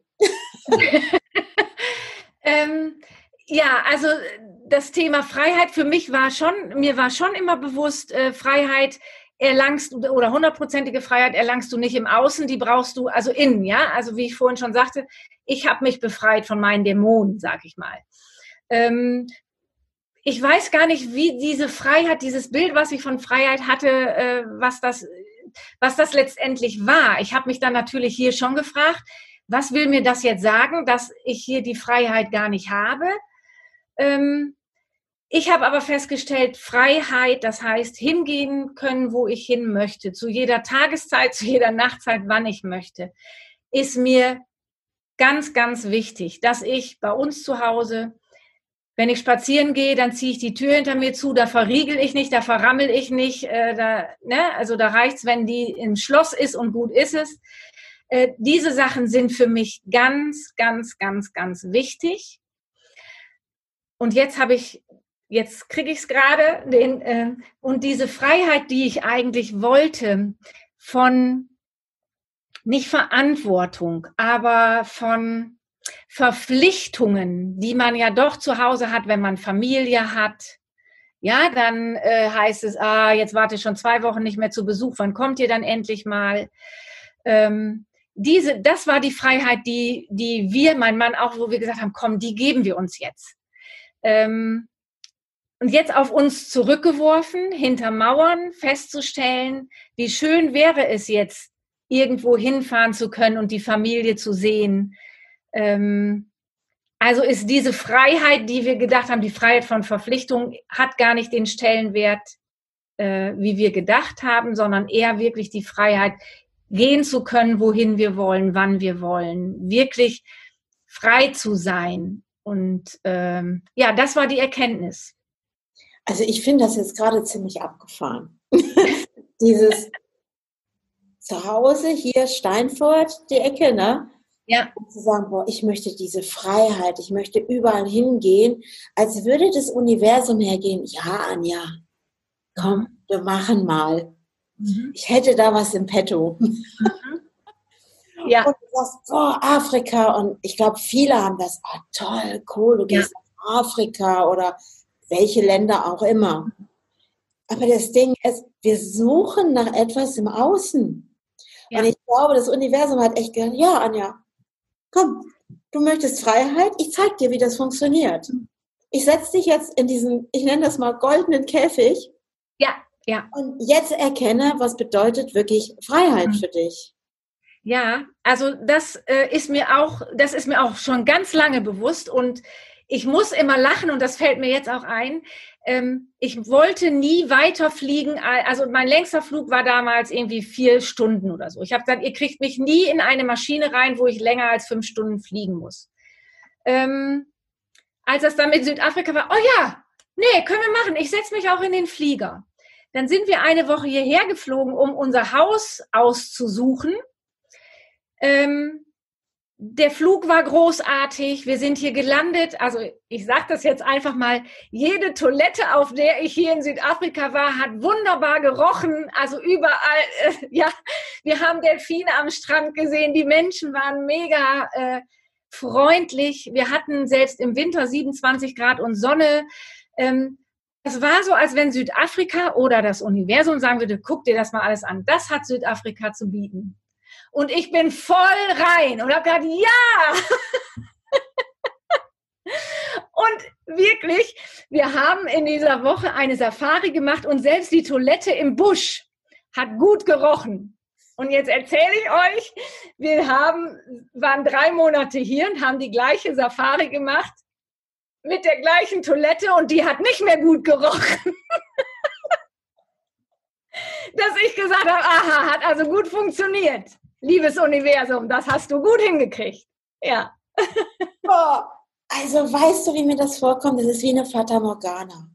ähm, ja, also das Thema Freiheit für mich war schon, mir war schon immer bewusst, äh, Freiheit erlangst du oder hundertprozentige Freiheit erlangst du nicht im Außen, die brauchst du also innen, ja. Also wie ich vorhin schon sagte, ich habe mich befreit von meinen Dämonen, sag ich mal. Ähm, ich weiß gar nicht, wie diese Freiheit, dieses Bild, was ich von Freiheit hatte, äh, was das, was das letztendlich war. Ich habe mich dann natürlich hier schon gefragt, was will mir das jetzt sagen, dass ich hier die Freiheit gar nicht habe? Ähm, Ich habe aber festgestellt, Freiheit, das heißt hingehen können, wo ich hin möchte, zu jeder Tageszeit, zu jeder Nachtzeit, wann ich möchte, ist mir ganz, ganz wichtig, dass ich bei uns zu Hause, wenn ich spazieren gehe, dann ziehe ich die Tür hinter mir zu, da verriegel ich nicht, da verrammel ich nicht, äh, da, ne? Also da reicht's, wenn die im Schloss ist und gut ist es. Äh, diese Sachen sind für mich ganz, ganz, ganz, ganz wichtig. Und jetzt habe ich Jetzt kriege ich es gerade, den äh, und diese Freiheit, die ich eigentlich wollte, von nicht Verantwortung, aber von Verpflichtungen, die man ja doch zu Hause hat, wenn man Familie hat. Ja, dann äh, heißt es, ah, jetzt warte ich schon zwei Wochen nicht mehr zu Besuch, wann kommt ihr dann endlich mal? Ähm, diese, das war die Freiheit, die, die wir, mein Mann auch, wo wir gesagt haben, komm, die geben wir uns jetzt. Ähm, Und jetzt auf uns zurückgeworfen, hinter Mauern festzustellen, wie schön wäre es jetzt, irgendwo hinfahren zu können und die Familie zu sehen. Ähm, also ist diese Freiheit, die wir gedacht haben, die Freiheit von Verpflichtung, hat gar nicht den Stellenwert, äh, wie wir gedacht haben, sondern eher wirklich die Freiheit, gehen zu können, wohin wir wollen, wann wir wollen, wirklich frei zu sein. Und ähm, ja, das war die Erkenntnis. Also ich finde das jetzt gerade ziemlich abgefahren. Dieses Zuhause, hier Steinfurt, die Ecke, ne? Ja. Und zu sagen, boah, ich möchte diese Freiheit, ich möchte überall hingehen, als würde das Universum hergehen. Ja, Anja, komm, wir machen mal. Mhm. Ich hätte da was im Petto. Mhm. Ja. Und du sagst, boah, Afrika. Und ich glaube, viele haben das, oh, toll, cool, du gehst ja. nach Afrika oder welche Länder auch immer. Aber das Ding ist, wir suchen nach etwas im Außen. Ja. Und ich glaube, das Universum hat echt gesagt, ja, Anja, komm, du möchtest Freiheit, ich zeig dir, wie das funktioniert. Ich setze dich jetzt in diesen, ich nenne das mal goldenen Käfig. Ja, ja. Und jetzt erkenne, was bedeutet wirklich Freiheit mhm. für dich. Ja, also das äh, ist mir auch, das ist mir auch schon ganz lange bewusst und ich muss immer lachen und das fällt mir jetzt auch ein. Ähm, ich wollte nie weiter fliegen. Also mein längster Flug war damals irgendwie vier Stunden oder so. Ich habe gesagt, ihr kriegt mich nie in eine Maschine rein, wo ich länger als fünf Stunden fliegen muss. Ähm, als das dann mit Südafrika war, oh ja, nee, können wir machen. Ich setze mich auch in den Flieger. Dann sind wir eine Woche hierher geflogen, um unser Haus auszusuchen. Ähm, Der Flug war großartig, wir sind hier gelandet, also ich sage das jetzt einfach mal, jede Toilette, auf der ich hier in Südafrika war, hat wunderbar gerochen, also überall, äh, ja, wir haben Delfine am Strand gesehen, die Menschen waren mega äh, freundlich, wir hatten selbst im Winter siebenundzwanzig Grad und Sonne, ähm, das war so, als wenn Südafrika oder das Universum sagen würde, guck dir das mal alles an, das hat Südafrika zu bieten. Und ich bin voll rein und habe gesagt, ja! Und wirklich, wir haben in dieser Woche eine Safari gemacht und selbst die Toilette im Busch hat gut gerochen. Und jetzt erzähle ich euch, wir haben, waren drei Monate hier und haben die gleiche Safari gemacht mit der gleichen Toilette und die hat nicht mehr gut gerochen. Dass ich gesagt habe, aha, hat also gut funktioniert. Liebes Universum, das hast du gut hingekriegt. Ja. Oh, also weißt du, wie mir das vorkommt? Das ist wie eine Fata Morgana.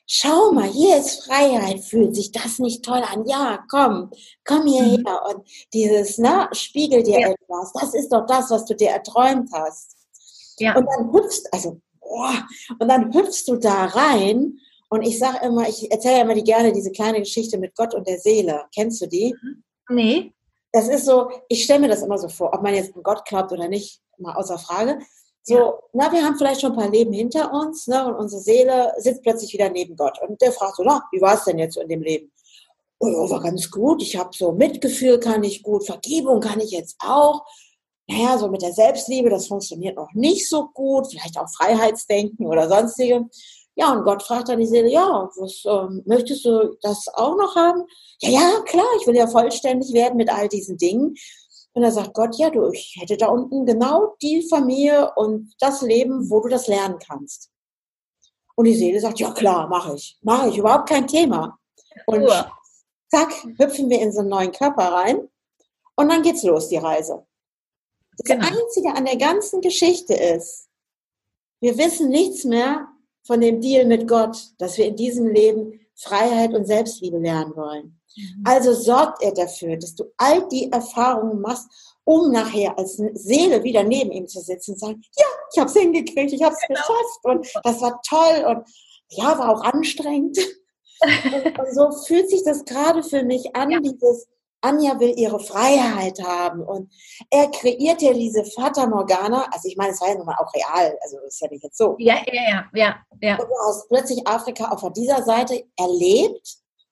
schau mal, hier ist Freiheit, fühlt sich das nicht toll an? Ja, komm, komm hierher. Mhm. Und dieses, ne, spiegel dir ja. etwas. Das ist doch das, was du dir erträumt hast. Ja. Und dann hüpfst, also, boah, und dann hüpfst du da rein. Und ich sage immer, ich erzähle ja immer die gerne diese kleine Geschichte mit Gott und der Seele. Kennst du die? Nee. Das ist so, ich stelle mir das immer so vor, ob man jetzt an Gott glaubt oder nicht, mal außer Frage. So, ja. na, wir haben vielleicht schon ein paar Leben hinter uns, ne, und unsere Seele sitzt plötzlich wieder neben Gott. Und der fragt so, na, wie war es denn jetzt so in dem Leben? Oh, ja, war ganz gut. Ich habe so Mitgefühl, kann ich gut, Vergebung kann ich jetzt auch. Naja, so mit der Selbstliebe, das funktioniert noch nicht so gut. Vielleicht auch Freiheitsdenken oder sonstige. Ja, und Gott fragt dann die Seele, ja, was, ähm, möchtest du das auch noch haben? Ja, ja, klar, ich will ja vollständig werden mit all diesen Dingen. Und da sagt Gott, ja, du, ich hätte da unten genau die Familie und das Leben, wo du das lernen kannst. Und die Seele sagt, ja klar, mache ich. Mache ich, überhaupt kein Thema. Und Uah. zack, hüpfen wir in so einen neuen Körper rein und dann geht's los, die Reise. Das genau. Einzige an der ganzen Geschichte ist, wir wissen nichts mehr von dem Deal mit Gott, dass wir in diesem Leben Freiheit und Selbstliebe lernen wollen. Mhm. Also sorgt er dafür, dass du all die Erfahrungen machst, um nachher als Seele wieder neben ihm zu sitzen und sagen, ja, ich habe es hingekriegt, ich habe es genau. geschafft und das war toll und ja, war auch anstrengend. und, und so fühlt sich das gerade für mich an, ja. dieses Anja will ihre Freiheit haben und er kreiert ja diese Fata Morgana, also ich meine, es war ja nun mal auch real, also ist ja nicht jetzt so. Ja, ja, ja, ja. ja. Und du hast plötzlich Afrika auf dieser Seite erlebt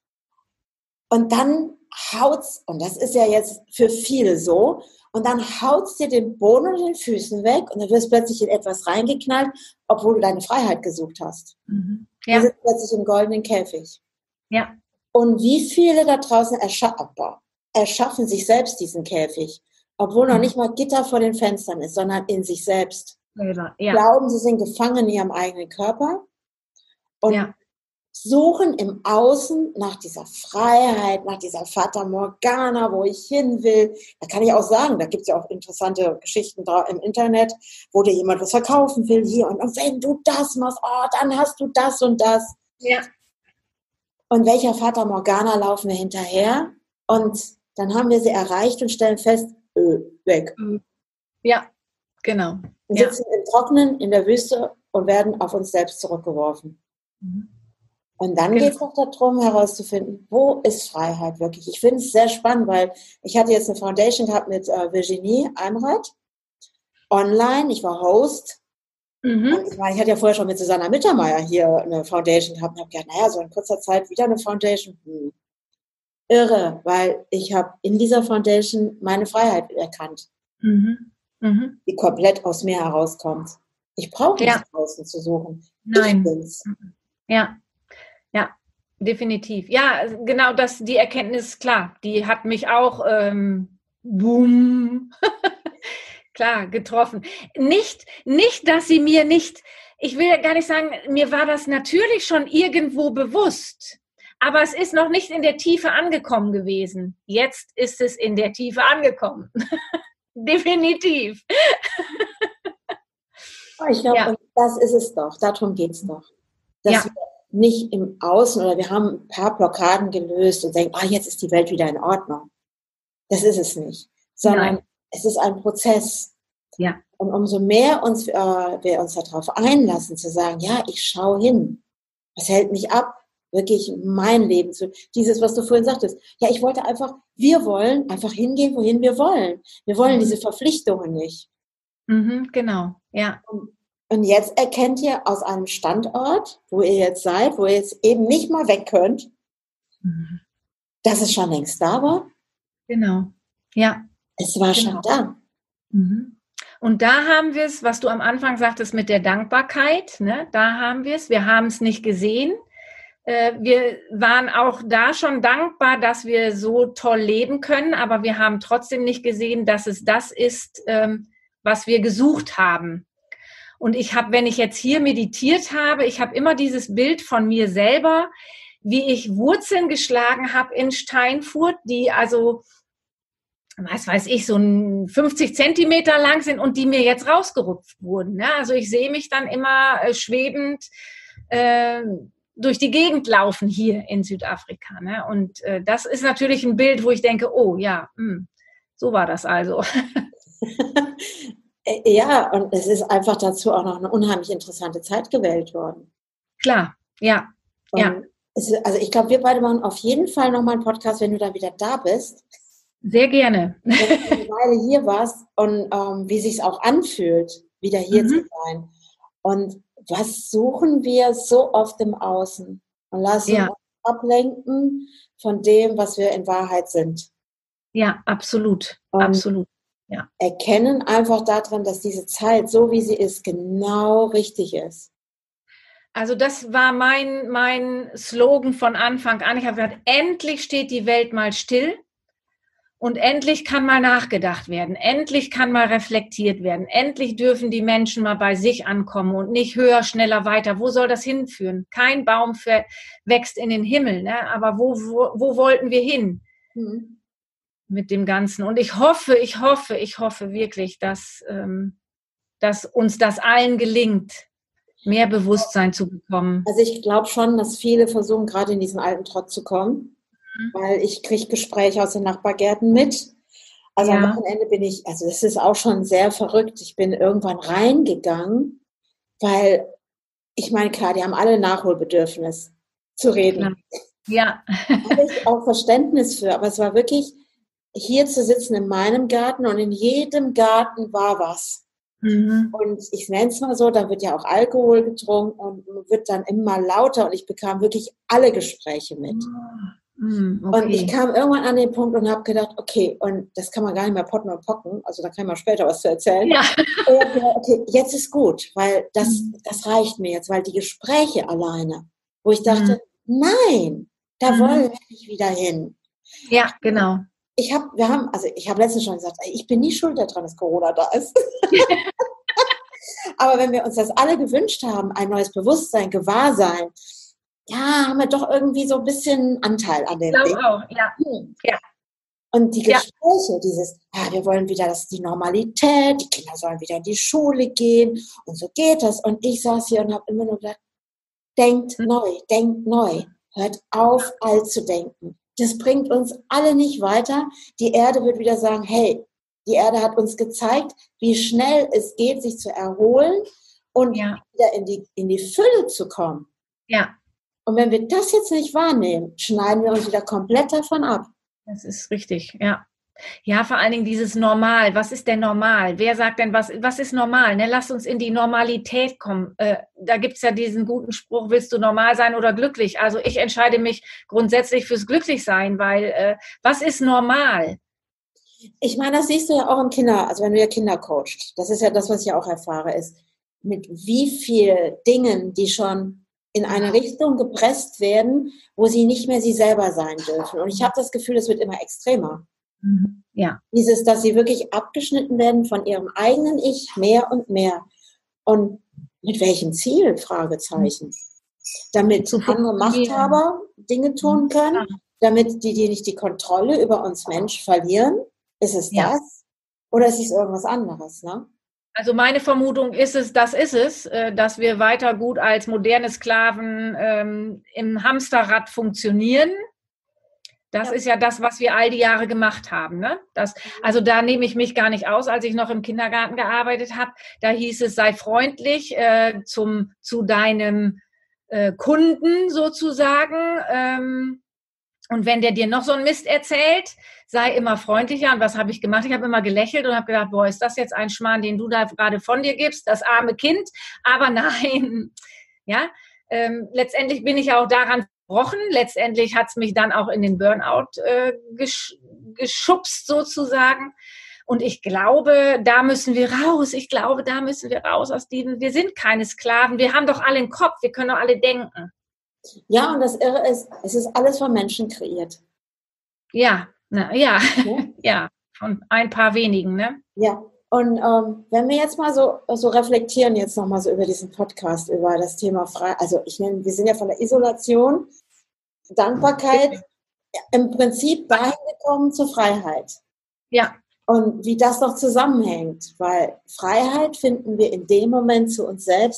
und dann haut's, und das ist ja jetzt für viele so, und dann haut's dir den Boden unter den Füßen weg und dann wirst plötzlich in etwas reingeknallt, obwohl du deine Freiheit gesucht hast. Mhm. Ja. Du sitzt plötzlich im goldenen Käfig. Ja. Und wie viele da draußen erschaffen, erschaffen sich selbst diesen Käfig, obwohl noch nicht mal Gitter vor den Fenstern ist, sondern in sich selbst. Ja. Glauben, sie sind gefangen in ihrem eigenen Körper und ja. suchen im Außen nach dieser Freiheit, nach dieser Fata Morgana, wo ich hin will. Da kann ich auch sagen, da gibt es ja auch interessante Geschichten im Internet, wo dir jemand was verkaufen will hier und, und wenn du das machst, oh, dann hast du das und das. Ja. Und welcher Fata Morgana laufen wir hinterher? Und dann haben wir sie erreicht und stellen fest, öh, weg. Ja, genau. Wir ja. sitzen im Trockenen in der Wüste und werden auf uns selbst zurückgeworfen. Mhm. Und dann genau. geht es auch darum, herauszufinden, wo ist Freiheit wirklich? Ich finde es sehr spannend, weil ich hatte jetzt eine Foundation gehabt mit äh, Virginie Einrad, online, ich war Host. Mhm. Und ich, meine, ich hatte ja vorher schon mit Susanna Mittermeier hier eine Foundation gehabt und habe gedacht, naja, so in kurzer Zeit wieder eine Foundation, hm. Irre, weil ich habe in dieser Foundation meine Freiheit erkannt, mhm. Mhm. die komplett aus mir herauskommt. Ich brauche nicht ja. draußen zu suchen. Nein. Ich bin's. Ja, ja, definitiv. Ja, genau, das, die Erkenntnis, klar, die hat mich auch ähm, boom, klar, getroffen. Nicht, nicht, dass sie mir nicht, ich will ja gar nicht sagen, mir war das natürlich schon irgendwo bewusst. Aber es ist noch nicht in der Tiefe angekommen gewesen. Jetzt ist es in der Tiefe angekommen. Definitiv. Ich glaube, ja. das ist es doch. Darum geht es doch. Dass ja. wir nicht im Außen oder wir haben ein paar Blockaden gelöst und denken, ah, jetzt ist die Welt wieder in Ordnung. Das ist es nicht. Sondern Nein. es ist ein Prozess. Ja. Und umso mehr uns, äh, wir uns darauf einlassen, zu sagen, ja, ich schaue hin. Was hält mich ab? Wirklich mein Leben zu, dieses, was du vorhin sagtest. Ja, ich wollte einfach, wir wollen einfach hingehen, wohin wir wollen. Wir wollen mhm. diese Verpflichtungen nicht. Mhm, genau, ja. Und, und jetzt erkennt ihr aus einem Standort, wo ihr jetzt seid, wo ihr jetzt eben nicht mal weg könnt, mhm. dass es schon längst da war. Genau, ja. Es war genau. schon da. Mhm. Und da haben wir es, was du am Anfang sagtest mit der Dankbarkeit, ne? Da haben wir es, wir haben es nicht gesehen. Wir waren auch da schon dankbar, dass wir so toll leben können, aber wir haben trotzdem nicht gesehen, dass es das ist, was wir gesucht haben. Und ich habe, wenn ich jetzt hier meditiert habe, ich habe immer dieses Bild von mir selber, wie ich Wurzeln geschlagen habe in Steinfurt, die also, was weiß ich, so fünfzig Zentimeter lang sind und die mir jetzt rausgerupft wurden. Also ich sehe mich dann immer schwebend, äh, durch die Gegend laufen hier in Südafrika. Ne? Und äh, das ist natürlich ein Bild, wo ich denke, oh ja, mh, so war das also. Ja, und es ist einfach dazu auch noch eine unheimlich interessante Zeit gewählt worden. Klar, ja. Und ja. es, also ich glaube, wir beide machen auf jeden Fall nochmal einen Podcast, wenn du dann wieder da bist. Sehr gerne. Wenn du eine Weile hier warst und ähm, wie sich es auch anfühlt, wieder hier mhm. zu sein. Und was suchen wir so oft im Außen? Und lassen ja. uns ablenken von dem, was wir in Wahrheit sind. Ja, absolut. Und absolut. Ja. Erkennen einfach daran, dass diese Zeit, so wie sie ist, genau richtig ist. Also das war mein, mein Slogan von Anfang an. Ich habe gesagt, endlich steht die Welt mal still und endlich kann mal nachgedacht werden. Endlich kann mal reflektiert werden. Endlich dürfen die Menschen mal bei sich ankommen und nicht höher, schneller, weiter. Wo soll das hinführen? Kein Baum für, wächst in den Himmel, ne? Aber wo, wo, wo wollten wir hin? Mhm. Mit dem Ganzen. Und ich hoffe, ich hoffe, ich hoffe wirklich, dass, ähm, dass uns das allen gelingt, mehr Bewusstsein zu bekommen. Also ich glaube schon, dass viele versuchen, gerade in diesen alten Trott zu kommen, mhm. weil ich kriege Gespräche aus den Nachbargärten mit. Also ja. am Wochenende bin ich, also das ist auch schon sehr verrückt, ich bin irgendwann reingegangen, weil ich meine, klar, die haben alle Nachholbedürfnis zu reden. Ja. Da habe ich auch Verständnis für, aber es war wirklich hier zu sitzen in meinem Garten und in jedem Garten war was. Mhm. Und ich nenne es mal so, da wird ja auch Alkohol getrunken und wird dann immer lauter und ich bekam wirklich alle Gespräche mit. Mhm, okay. Und ich kam irgendwann an den Punkt und habe gedacht, okay, und das kann man gar nicht mehr potten und pocken, also da kann man später was zu erzählen. Ja. Und gedacht, okay, jetzt ist gut, weil das, mhm. das reicht mir jetzt, weil die Gespräche alleine, wo ich dachte, mhm. nein, da mhm. wollen wir nicht wieder hin. Ja, genau. Ich habe, wir haben, also ich habe letztens schon gesagt, ich bin nie schuld daran, dass Corona da ist. Aber wenn wir uns das alle gewünscht haben, ein neues Bewusstsein, Gewahrsein, ja, haben wir doch irgendwie so ein bisschen Anteil an den Dingen. Ich glaube auch, ja. Hm. ja. Und die Gespräche, ja. dieses, ja, wir wollen wieder, das ist die Normalität, die Kinder sollen wieder in die Schule gehen und so geht das. Und ich saß hier und habe immer nur gedacht, denkt mhm. neu, denkt neu, hört auf, alt zu denken. Das bringt uns alle nicht weiter. Die Erde wird wieder sagen, hey, die Erde hat uns gezeigt, wie schnell es geht, sich zu erholen und ja. wieder in die, in die Fülle zu kommen. Ja. Und wenn wir das jetzt nicht wahrnehmen, schneiden wir uns wieder komplett davon ab. Das ist richtig, ja. Ja, vor allen Dingen dieses Normal. Was ist denn normal? Wer sagt denn, was, was ist normal? Ne? Lass uns in die Normalität kommen. Äh, da gibt's ja diesen guten Spruch, willst du normal sein oder glücklich? Also ich entscheide mich grundsätzlich fürs Glücklichsein, weil äh, was ist normal? Ich meine, das siehst du ja auch im Kinder, also wenn du ja Kinder coachst. Das ist ja das, was ich ja auch erfahre, ist, mit wie viel Dingen, die schon in eine Richtung gepresst werden, wo sie nicht mehr sie selber sein dürfen. Und ich habe das Gefühl, es wird immer extremer. Ja. Dieses, dass sie wirklich abgeschnitten werden von ihrem eigenen Ich mehr und mehr. Und mit welchem Ziel? Fragezeichen. Damit andere Machthaber Dinge tun können, damit die, die nicht die Kontrolle über uns Menschen verlieren. Ist es ja. das? Oder ist es irgendwas anderes, ne? Also meine Vermutung ist es, das ist es, dass wir weiter gut als moderne Sklaven ähm, im Hamsterrad funktionieren. Das ja. ist ja das, was wir all die Jahre gemacht haben. Ne? Das, also da nehme ich mich gar nicht aus, als ich noch im Kindergarten gearbeitet habe. Da hieß es, sei freundlich äh, zum, zu deinem äh, Kunden sozusagen. Ähm, und wenn der dir noch so einen Mist erzählt, sei immer freundlicher. Und was habe ich gemacht? Ich habe immer gelächelt und habe gedacht, boah, ist das jetzt ein Schmarrn, den du da gerade von dir gibst, das arme Kind? Aber nein, ja. Ähm, letztendlich bin ich auch daran gebrochen. Letztendlich hat es mich dann auch in den Burnout äh, gesch- geschubst sozusagen. Und ich glaube, da müssen wir raus. Ich glaube, da müssen wir raus aus diesem, wir sind keine Sklaven. Wir haben doch alle einen Kopf. Wir können doch alle denken. Ja, und das Irre ist, es ist alles von Menschen kreiert. Ja, na, ja, ja, ja, von ein paar wenigen, ne? Ja, und ähm, wenn wir jetzt mal so, so reflektieren, jetzt nochmal so über diesen Podcast, über das Thema Freiheit, also ich nenne, wir sind ja von der Isolation, Dankbarkeit, im Prinzip dahin gekommen zur Freiheit. Ja. Und wie das noch zusammenhängt, weil Freiheit finden wir in dem Moment zu uns selbst,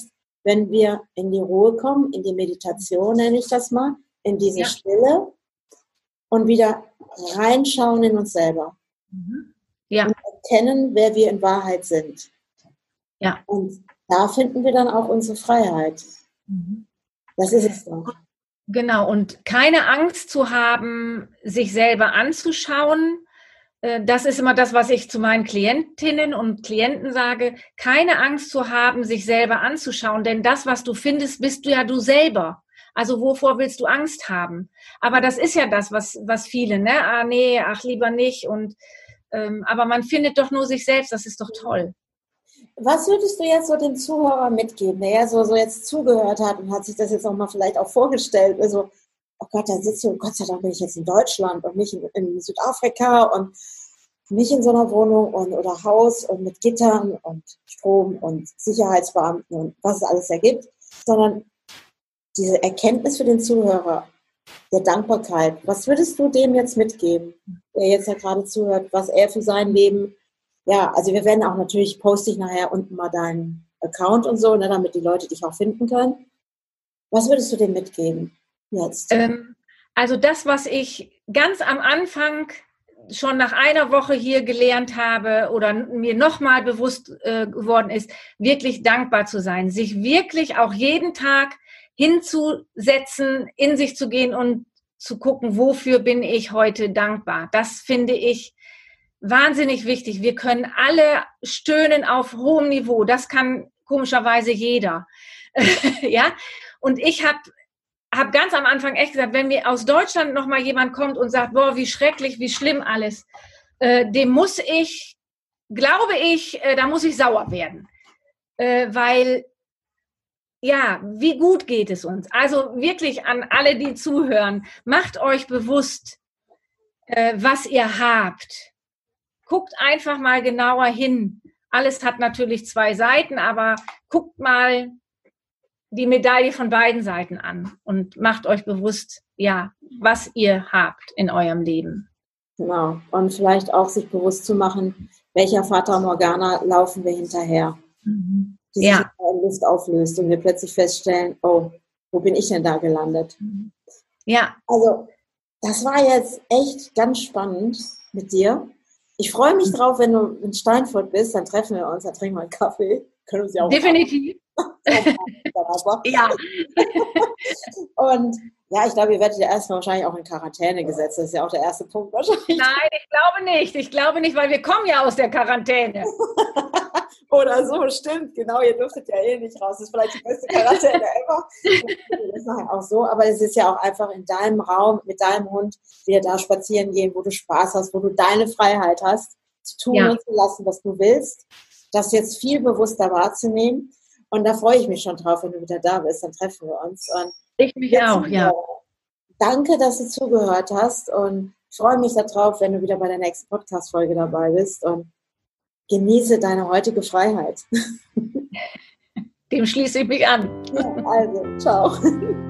wenn wir in die Ruhe kommen, in die Meditation nenne ich das mal, in diese Ja. Stille und wieder reinschauen in uns selber. Mhm. Ja. Und erkennen, wer wir in Wahrheit sind. Ja. Und da finden wir dann auch unsere Freiheit. Mhm. Das ist es doch. Genau, und keine Angst zu haben, sich selber anzuschauen. Das ist immer das, was ich zu meinen Klientinnen und Klienten sage. Keine Angst zu haben, sich selber anzuschauen, denn das, was du findest, bist du ja du selber. Also wovor willst du Angst haben? Aber das ist ja das, was, was viele, ne? Ah, nee, ach, lieber nicht. Und, ähm, aber man findet doch nur sich selbst, das ist doch toll. Was würdest du jetzt so dem Zuhörer mitgeben, der ja so, so jetzt zugehört hat und hat sich das jetzt auch mal vielleicht auch vorgestellt? Also, oh Gott, da sitzt du, Gott sei Dank bin ich jetzt in Deutschland und nicht in, in Südafrika und nicht in so einer Wohnung und, oder Haus und mit Gittern und Strom und Sicherheitsbeamten und was es alles ergibt, sondern diese Erkenntnis für den Zuhörer, der Dankbarkeit. Was würdest du dem jetzt mitgeben, der jetzt ja gerade zuhört, was er für sein Leben, ja, also wir werden auch natürlich, poste ich nachher unten mal deinen Account und so, ne, damit die Leute dich auch finden können. Was würdest du dem mitgeben jetzt? Ähm, also das, was ich ganz am Anfang schon nach einer Woche hier gelernt habe oder mir nochmal bewusst äh, geworden ist, wirklich dankbar zu sein, sich wirklich auch jeden Tag hinzusetzen, in sich zu gehen und zu gucken, wofür bin ich heute dankbar. Das finde ich wahnsinnig wichtig. Wir können alle stöhnen auf hohem Niveau. Das kann komischerweise jeder. Ja, und ich habe habe ganz am Anfang echt gesagt, wenn mir aus Deutschland nochmal jemand kommt und sagt, boah, wie schrecklich, wie schlimm alles, äh, dem muss ich, glaube ich, äh, da muss ich sauer werden. Äh, weil, ja, wie gut geht es uns? Also wirklich an alle, die zuhören, macht euch bewusst, äh, was ihr habt. Guckt einfach mal genauer hin. Alles hat natürlich zwei Seiten, aber guckt mal die Medaille von beiden Seiten an und macht euch bewusst, ja, was ihr habt in eurem Leben. Genau. Und vielleicht auch sich bewusst zu machen, welcher Fata Morgana laufen wir hinterher, Mhm. die Ja. sich in Luft auflöst und wir plötzlich feststellen, oh, wo bin ich denn da gelandet? Ja. Also, das war jetzt echt ganz spannend mit dir. Ich freue mich drauf, wenn du in Steinfurt bist, dann treffen wir uns, dann trinken wir einen Kaffee. Können uns ja auch Definitiv. Ja. Und ja, ich glaube, ihr werdet ja erstmal wahrscheinlich auch in Quarantäne gesetzt. Das ist ja auch der erste Punkt wahrscheinlich. Nein, ich glaube nicht. Ich glaube nicht, weil wir kommen ja aus der Quarantäne. Oder so, stimmt. Genau, ihr dürftet ja eh nicht raus. Das ist vielleicht die beste Quarantäne ever. Das ist nachher auch so. Aber es ist ja auch einfach in deinem Raum mit deinem Hund wieder da spazieren gehen, wo du Spaß hast, wo du deine Freiheit hast, zu tun Ja. und zu lassen, was du willst. Das jetzt viel bewusster wahrzunehmen. Und da freue ich mich schon drauf, wenn du wieder da bist. Dann treffen wir uns. Und Ich mich jetzt, auch, ja. Danke, dass du zugehört hast. Und ich freue mich darauf, wenn du wieder bei der nächsten Podcast-Folge dabei bist. Und genieße deine heutige Freiheit. Dem schließe ich mich an. Ja, also, ciao.